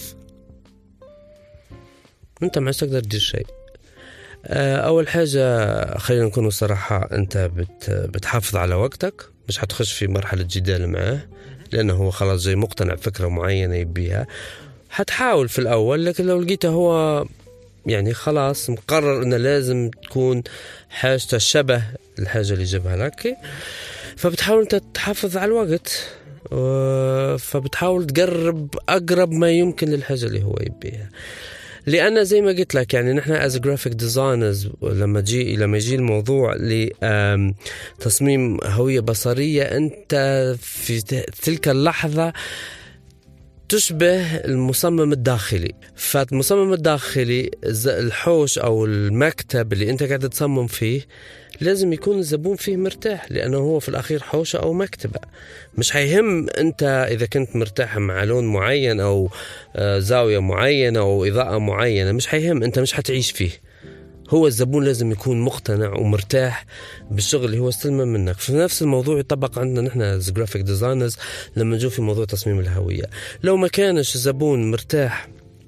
أنت ما تقدر تدير شيء. أول حاجة خلينا نكون صراحة، أنت بتحافظ على وقتك، مش حتخش في مرحلة جدال معه لأنه هو خلاص جاي مقتنع بفكرة معينة يبيها. حتحاول في الأول، لكن لو لقيته هو يعني خلاص مقرر أنه لازم تكون حاجته شبه الحاجة اللي جابها لك، فبتحاول أنت تحافظ على الوقت، فبتحاول تقرب أقرب ما يمكن للحاجة اللي هو يبيها. لأن زي ما قلت لك يعني نحن as graphic designers لما يجي الموضوع لتصميم هوية بصرية، أنت في تلك اللحظة تشبه المصمم الداخلي. فالمصمم الداخلي الحوش أو المكتب اللي أنت قاعد تصمم فيه لازم يكون الزبون فيه مرتاح، لأنه هو في الأخير حوشة أو مكتبة. مش هيهم أنت إذا كنت مرتاح مع لون معين أو زاوية معينة أو إضاءة معينة، مش هيهم، أنت مش هتعيش فيه. هو الزبون لازم يكون مقتنع ومرتاح بالشغل اللي هو استلمه منك. في نفس الموضوع يطبق عندنا نحن as graphic designers لما نجو في موضوع تصميم الهوية. لو ما كانش الزبون مرتاح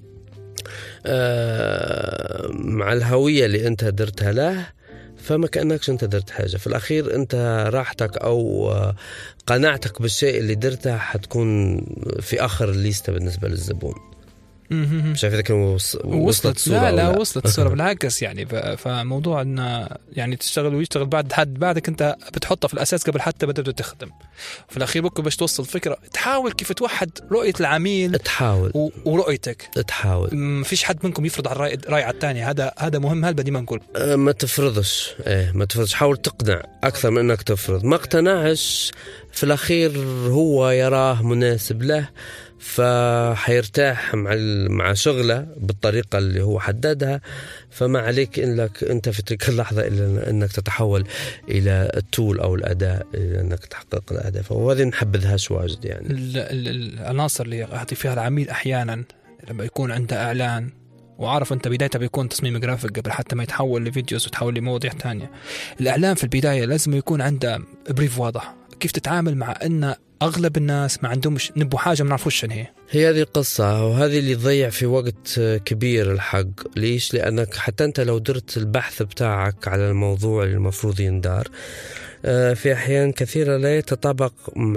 مع الهوية اللي أنت درتها له، فما كأنكش أنت درت حاجة. في الأخير أنت راحتك أو قناعتك بالشيء اللي درته حتكون في آخر الليستة بالنسبة للزبون. مش عارف إذا كانوا وصلت الصورة
لا وصلت الصورة بالعكس يعني. فموضوع أن يعني تشتغل ويشتغل بعد حد بعدك أنت بتحطه في الأساس قبل حتى بدأت تخدم. في الأخير بكره باش توصل فكرة تحاول كيف توحد رؤية العميل ورؤيتك تحاول. مفيش حد منكم يفرض على الرأي على الثاني. هذا مهم. هل بدي ما نقول
ما تفرضش ما تفرضش. حاول تقنع أكثر من أنك تفرض. ما اقتنعش في الأخير هو يراه مناسب له فحيرتاح مع شغله بالطريقة اللي هو حددها. فما عليك إنك أنت في تلك اللحظة إلا أنك تتحول إلى التول أو الأداة أنك تحقق الأهداف. وهذه نحبذهاش واجد يعني.
العناصر اللي أعطي فيها العميل أحيانا لما يكون عنده إعلان وعارف أنت بدايته بيكون تصميم جرافيك قبل حتى ما يتحول لفيديوز وتحول لمواضيع تانية. الإعلان في البداية لازم يكون عنده بريف واضح كيف تتعامل مع أن أغلب الناس ما عندهمش نبوا حاجة ما نعرفوش شنو هي
هذه القصة. وهذه اللي تضيع في وقت كبير الحق. ليش؟ لأنك حتى أنت لو درت البحث بتاعك على الموضوع اللي المفروض يندار في أحيان كثيرة لا يتطابق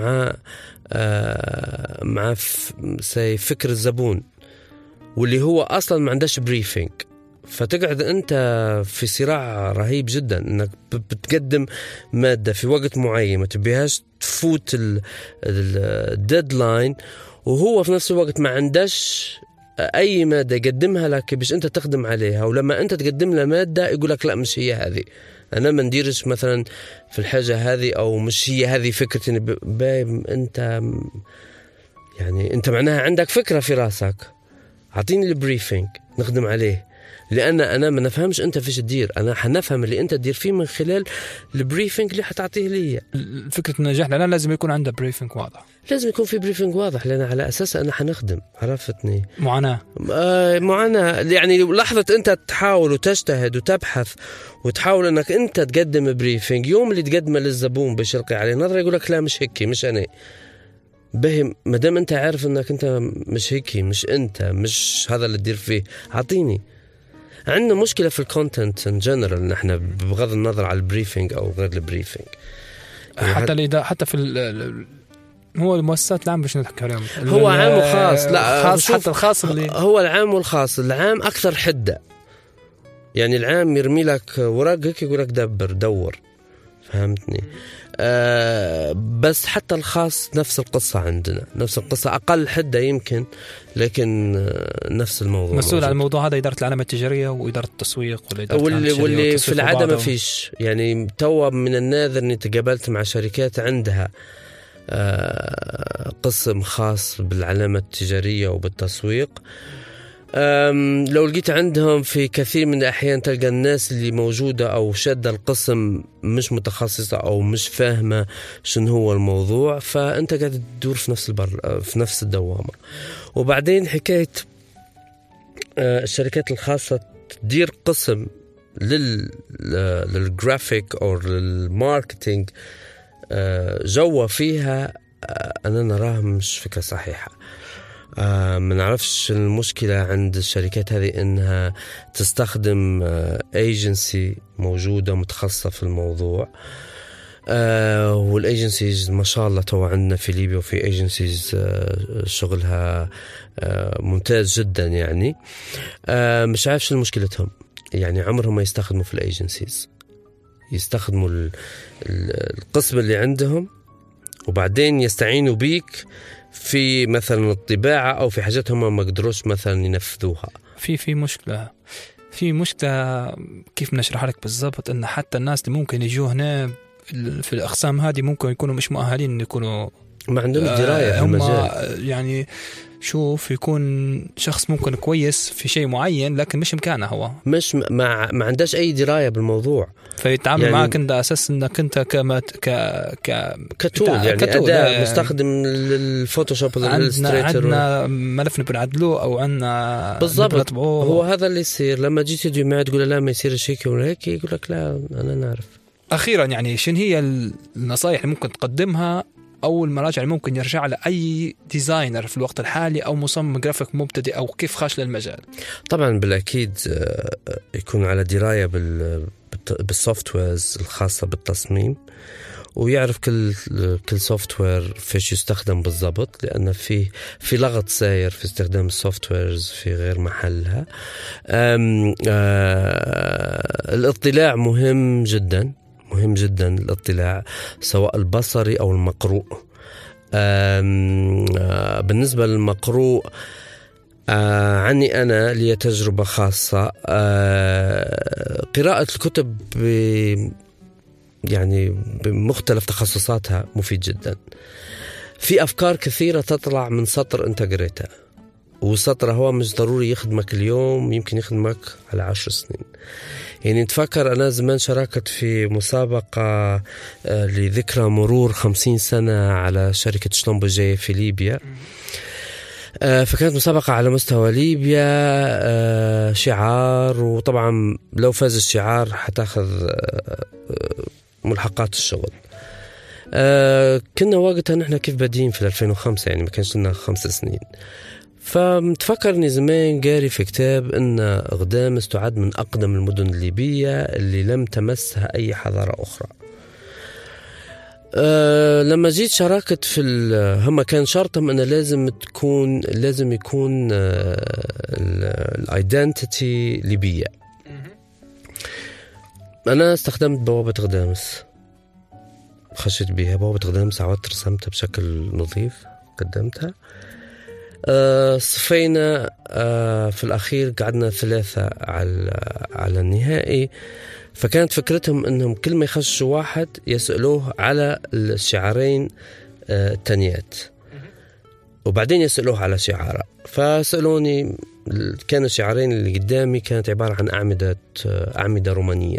مع فكر الزبون واللي هو أصلا ما عندهش بريفينج. فتقعد أنت في صراع رهيب جدا أنك بتقدم مادة في وقت معين ما تبيهاش تفوت الديدلاين وهو في نفس الوقت ما عندهش أي مادة يقدمها لك باش أنت تخدم عليها. ولما أنت تقدم له مادة يقول لك لا مش هي هذه أنا ما نديرش مثلا في الحاجة هذه أو مش هي هذه فكرتي. أنت يعني أنت معناها عندك فكرة في راسك أعطيني البريفينج نخدم عليه. لأن أنا ما نفهمش أنت فيش تدير. أنا حنفهم اللي أنت تدير فيه من خلال البريفينج اللي حتعطيه لي.
فكرة النجاح لأن لازم يكون عنده بريفينج واضح.
لازم يكون في بريفينج واضح لأن على أساس أنا حنخدم. عرفتني
معاناة
يعني لحظة أنت تحاول وتجتهد وتبحث وتحاول أنك أنت تقدم بريفينج يوم اللي تقدمه للزبون باش يلقي عليه نظرة يقول لك لا مش هيك مش أنا بهم. مادام أنت عارف أنك أنت مش هيك مش أنت مش هذا اللي تدير فيه أعطيني. عندنا مشكلة في الكونتنت ان جنرال نحن بغض النظر على البريفينج او غير البريفينج
حتى في هو المؤسسات العام باش نحكي عليهم
هو عام وخاص. لا
خاص حتى الخاص اللي
هو العام والخاص. العام اكثر حدة يعني العام يرمي لك ورقك يقول لك دور فهمتني. بس حتى الخاص نفس القصة عندنا نفس القصة أقل حدة يمكن لكن نفس الموضوع.
مسؤول عن الموضوع هذا إدارة العلامة التجارية وإدارة التسويق
واللي في العادة ما فيش يعني. توا من النادر أني تقابلت مع شركات عندها قسم خاص بالعلامة التجارية وبالتسويق. لو لقيت عندهم في كثير من الأحيان تلقى الناس اللي موجودة أو شادة القسم مش متخصصة أو مش فاهمة شنو هو الموضوع. فأنت قاعد تدور في نفس الدوامة. وبعدين حكاية الشركات الخاصة تدير قسم للجرافيك أو للماركتينج جوا فيها أنا نراها مش فكرة صحيحة. ما نعرفش المشكلة عند الشركات هذه إنها تستخدم ايجنسي موجودة متخصصة في الموضوع. والايجنسيز ما شاء الله تو عندنا في ليبيا وفي ايجنسيز شغلها ممتاز جدا يعني. مش عارف شو مشكلتهم يعني. عمرهم ما يستخدموا في الايجنسيز. يستخدموا القسم اللي عندهم وبعدين يستعينوا بيك في مثلا الطباعة أو في حاجات هم ما قدروش مثلا ينفذوها.
في مشكلة كيف نشرح لك بالضبط إن حتى الناس اللي ممكن يجوا هنا في الأقسام هذه ممكن يكونوا مش مؤهلين إن يكونوا
ما عندهم دراية في المجال.
يعني شوف يكون شخص ممكن كويس في شيء معين لكن مش مكانه هو مش
ما عندهش أي دراية بالموضوع
فيتعامل يعني معك انت أساس انك انت
كتول يعني أداة مستخدم الفوتوشوب
عندنا ملف بنعدله أو عندنا
بالضبط. هو هذا اللي يصير لما جيت تدعو معه تقول لا ما يصيرش هيك ولا هيك يقول لك لا أنا نعرف.
أخيرا يعني شن هي النصائح اللي ممكن تقدمها أو المراجع اللي ممكن يرجع لأي ديزاينر في الوقت الحالي أو مصمم جرافيك مبتدئ أو كيف خاش للمجال؟
طبعا بالأكيد يكون على دراية بالسوفتويرز الخاصة بالتصميم ويعرف كل سوفت وير فيش يستخدم بالضبط، لأن في لغط ساير في استخدام السوفت ويرز في غير محلها. الاطلاع مهم جدا الاطلاع سواء البصري أو المقروء. بالنسبة للمقروء عني أنا لي تجربة خاصة. قراءة الكتب يعني بمختلف تخصصاتها مفيد جدا. في أفكار كثيرة تطلع من سطر أنت قريتها، وسطر هو مش ضروري يخدمك اليوم، يمكن يخدمك على 10 سنين. يعني نتفكر أنا زمان شاركت في مسابقة لذكرى مرور 50 سنة على شركة شلومبوجي في ليبيا. فكانت مسابقة على مستوى ليبيا، شعار، وطبعا لو فاز الشعار حتاخذ ملحقات الشغل. كنا وقتها نحن كيف بادين في 2005، يعني ما كانش لنا 5 سنين. فمتفكرني زمان قاري في كتاب أن غدامس تعد من أقدم المدن الليبية اللي لم تمسها أي حضارة أخرى. لما جيت شاركت في هم كان شرطهم أن لازم يكون الايدنتيتي ليبية. أنا استخدمت بوابة غدامس، خشيت بها بوابة غدامس، عودت رسمتها بشكل نظيف، قدمتها. صفينا في الأخير قعدنا 3 على النهائي. فكانت فكرتهم أنهم كل ما يخشوا واحد يسألوه على الشعارين التانيات، وبعدين يسألوه على شعاره. فسألوني، كان الشعارين اللي قدامي كانت عبارة عن أعمدة رومانية.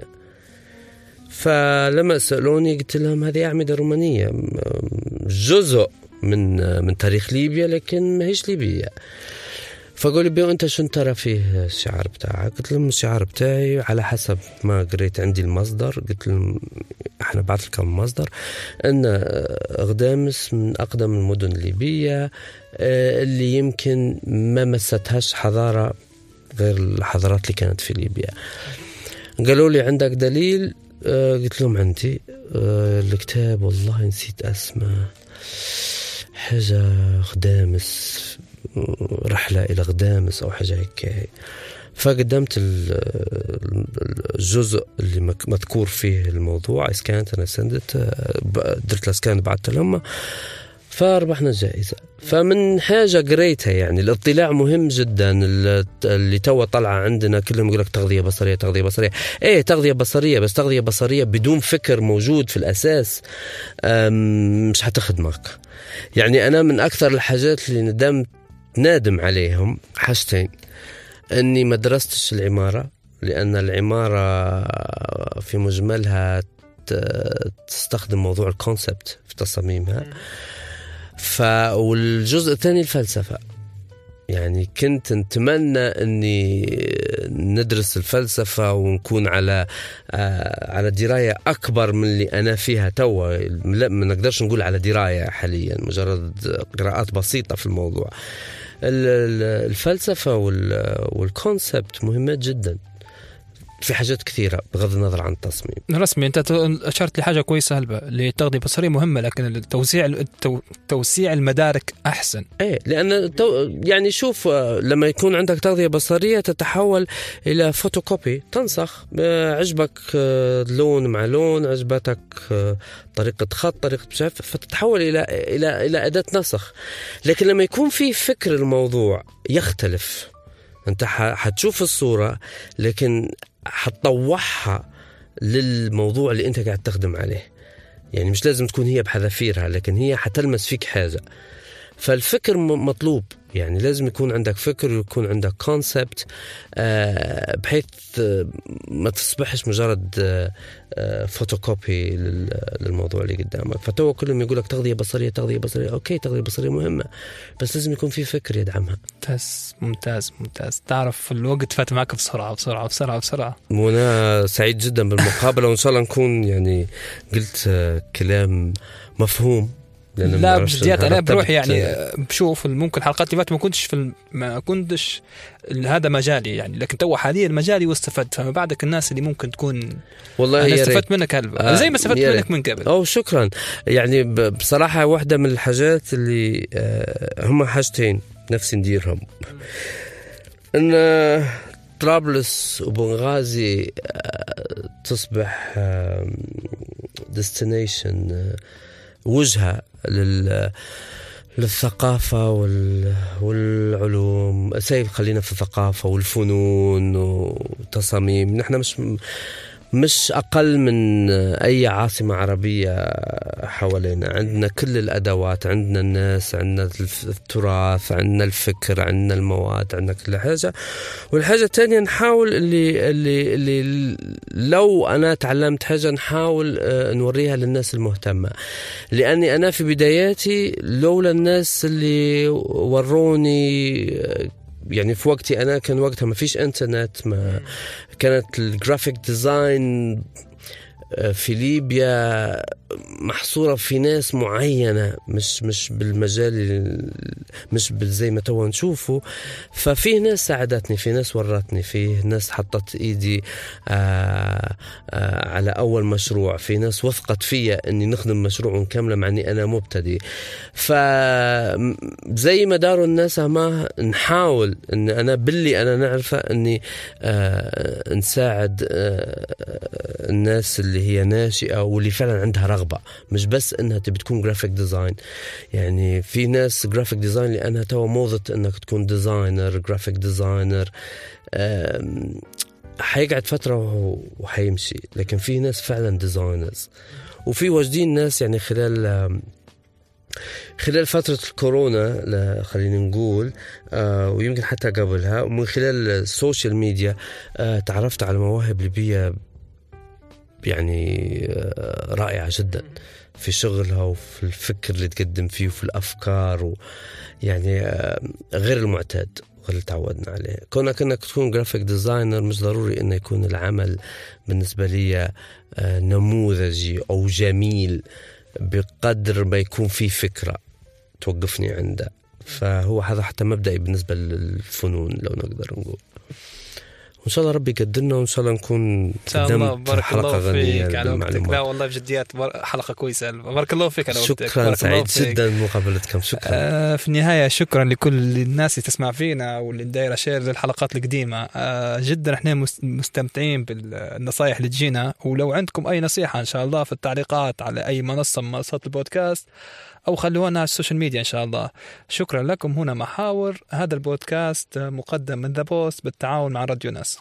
فلما سألوني قلت لهم هذه أعمدة رومانية، جزء من تاريخ ليبيا لكن ما هيش ليبيا. فقولي بيو أنت شو ترى فيه الشعار بتاعك؟ قلت لهم الشعار بتاعي على حسب ما قريت عندي المصدر، قلت لهم احنا بعث لكم المصدر، أن غدامس من أقدم المدن الليبية اللي يمكن ما مستهاش حضارة غير الحضارات اللي كانت في ليبيا. قالوا لي عندك دليل؟ قلت لهم عندي الكتاب، والله نسيت اسمه، حاجة غدامس، رحلة إلى غدامس أو حاجة هيك. فقدمت الجزء اللي مذكور فيه الموضوع، اسكانت أنا سندت، درت الاسكان بعدت لهم، فربحنا الجائزة. فمن حاجة قريتها، يعني الاطلاع مهم جدا. اللي توا طلع عندنا كلهم يقولك تغذية بصرية. ايه تغذية بصرية، بس تغذية بصرية بدون فكر موجود في الأساس مش هتخدمك. يعني أنا من أكثر الحاجات اللي نادم عليهم حاجتين: أني ما درستش العمارة، لأن العمارة في مجملها تستخدم موضوع الكونسبت في تصميمها. والجزء الثاني الفلسفة. يعني كنت نتمنى أني ندرس الفلسفة ونكون على دراية أكبر من اللي أنا فيها توا. لا، ما نقدرش نقول على دراية حاليا، مجرد قراءات بسيطة في الموضوع. الفلسفة والكونسبت مهمات جدا في حاجات كثيرة بغض النظر عن التصميم.
رسمي أنت أشرت لحاجة كويسة هلبة، للتغذية البصرية مهمة، لكن توسيع المدارك أحسن.
إيه، لأن يعني شوف، لما يكون عندك تغذية بصرية تتحول إلى فوتوكوبي، تنسخ، عجبك لون مع لون، عجبتك طريقة خط، طريقة شاف، فتتحول إلى أداة نسخ. لكن لما يكون في فكر الموضوع يختلف، أنت حتشوف الصورة لكن حتطوحها للموضوع اللي أنت قاعد تخدم عليه. يعني مش لازم تكون هي بحذافيرها، لكن هي حتلمس فيك حاجة. فالفكر مطلوب، يعني لازم يكون عندك فكر ويكون عندك كونسبت، بحيث ما تصبحش مجرد فوتوكوبي للموضوع اللي قدامك. فتو كلهم يقولك تغذية بصرية. أوكي، تغذية بصرية مهمة، بس لازم يكون في فكر يدعمها.
ممتاز. تعرف الوقت فات معك بسرعة.
وأنا سعيد جدا بالمقابلة، وإن شاء الله نكون يعني قلت كلام مفهوم
لا بجديات انا بروح يعني بشوف ممكن حلقات اللي فاتت ما كنتش هذا مجالي يعني، لكن تو حاليا مجالي واستفدت. فما بعدك الناس اللي ممكن تكون
والله
انا استفدت منك زي ما استفدت منك من قبل.
او شكرا. يعني بصراحه واحده من الحاجات اللي هم حاجتين نفسي نديرهم، ان طرابلس وبنغازي تصبح ديستنيشن، وجهة للثقافة والعلوم. خلينا في الثقافة والفنون والتصاميم. نحن مش أقل من أي عاصمة عربية حوالينا. عندنا كل الأدوات، عندنا الناس، عندنا التراث، عندنا الفكر، عندنا المواد، عندنا كل حاجة. والحاجة الثانية نحاول اللي لو أنا تعلمت حاجة نحاول نوريها للناس المهتمة. لأني أنا في بداياتي لولا الناس اللي وروني، يعني في وقتي أنا كان وقتها ما فيش إنترنت، ما كانت الجرافيك ديزاين في ليبيا محصورة في ناس معينة، مش بالمجال، مش زي ما توا نشوفه. ففي ناس ساعدتني، في ناس ورتني، في ناس حطت ايدي على اول مشروع، في ناس وثقت فيا اني نخدم مشروع ونكمله مع اني انا مبتدئ. فزي ما داروا الناس ما نحاول ان انا باللي انا نعرفه اني نساعد الناس اللي هي ناشئة واللي فعلا عندها رغبة، مش بس انها تبي تكون جرافيك ديزاين. يعني في ناس جرافيك ديزاين لانها توا موضة انك تكون ديزاينر، جرافيك ديزاينر، حيقعد فترة وحيمشي. لكن في ناس فعلا ديزاينرز، وفي واجدين ناس يعني خلال فترة الكورونا خلينا نقول، ويمكن حتى قبلها، ومن خلال السوشيال ميديا تعرفت على مواهب ليبية يعني رائعة جدا في شغلها وفي الفكر اللي تقدم فيه وفي الأفكار، يعني غير المعتاد غير اللي تعودنا عليه. كونك انك تكون جرافيك ديزاينر مش ضروري انه يكون العمل بالنسبة لي نموذجي أو جميل بقدر ما يكون فيه فكرة توقفني عنده. فهو هذا حتى مبدئي بالنسبة للفنون لو نقدر نقول. وإن شاء الله ربي يقدرنا، وإن شاء الله نكون قدمت حلقة غنية بالمعلومات.
لا والله بجديات حلقة كويسة، بارك الله فيك على وقتك.
شكرا، سعيد جدا مقابلتكم. شكرا.
في النهاية شكرا لكل الناس اللي تسمع فينا واللي دايرة شير للحلقات القديمة. جدا احنا مستمتعين بالنصايح اللي تجينا، ولو عندكم أي نصيحة إن شاء الله في التعليقات على أي منصة من منصات البودكاست، أو خلونا على السوشيال ميديا إن شاء الله. شكرا لكم. هنا محاور، هذا البودكاست مقدم من ذا بوست بالتعاون مع راديو ناس.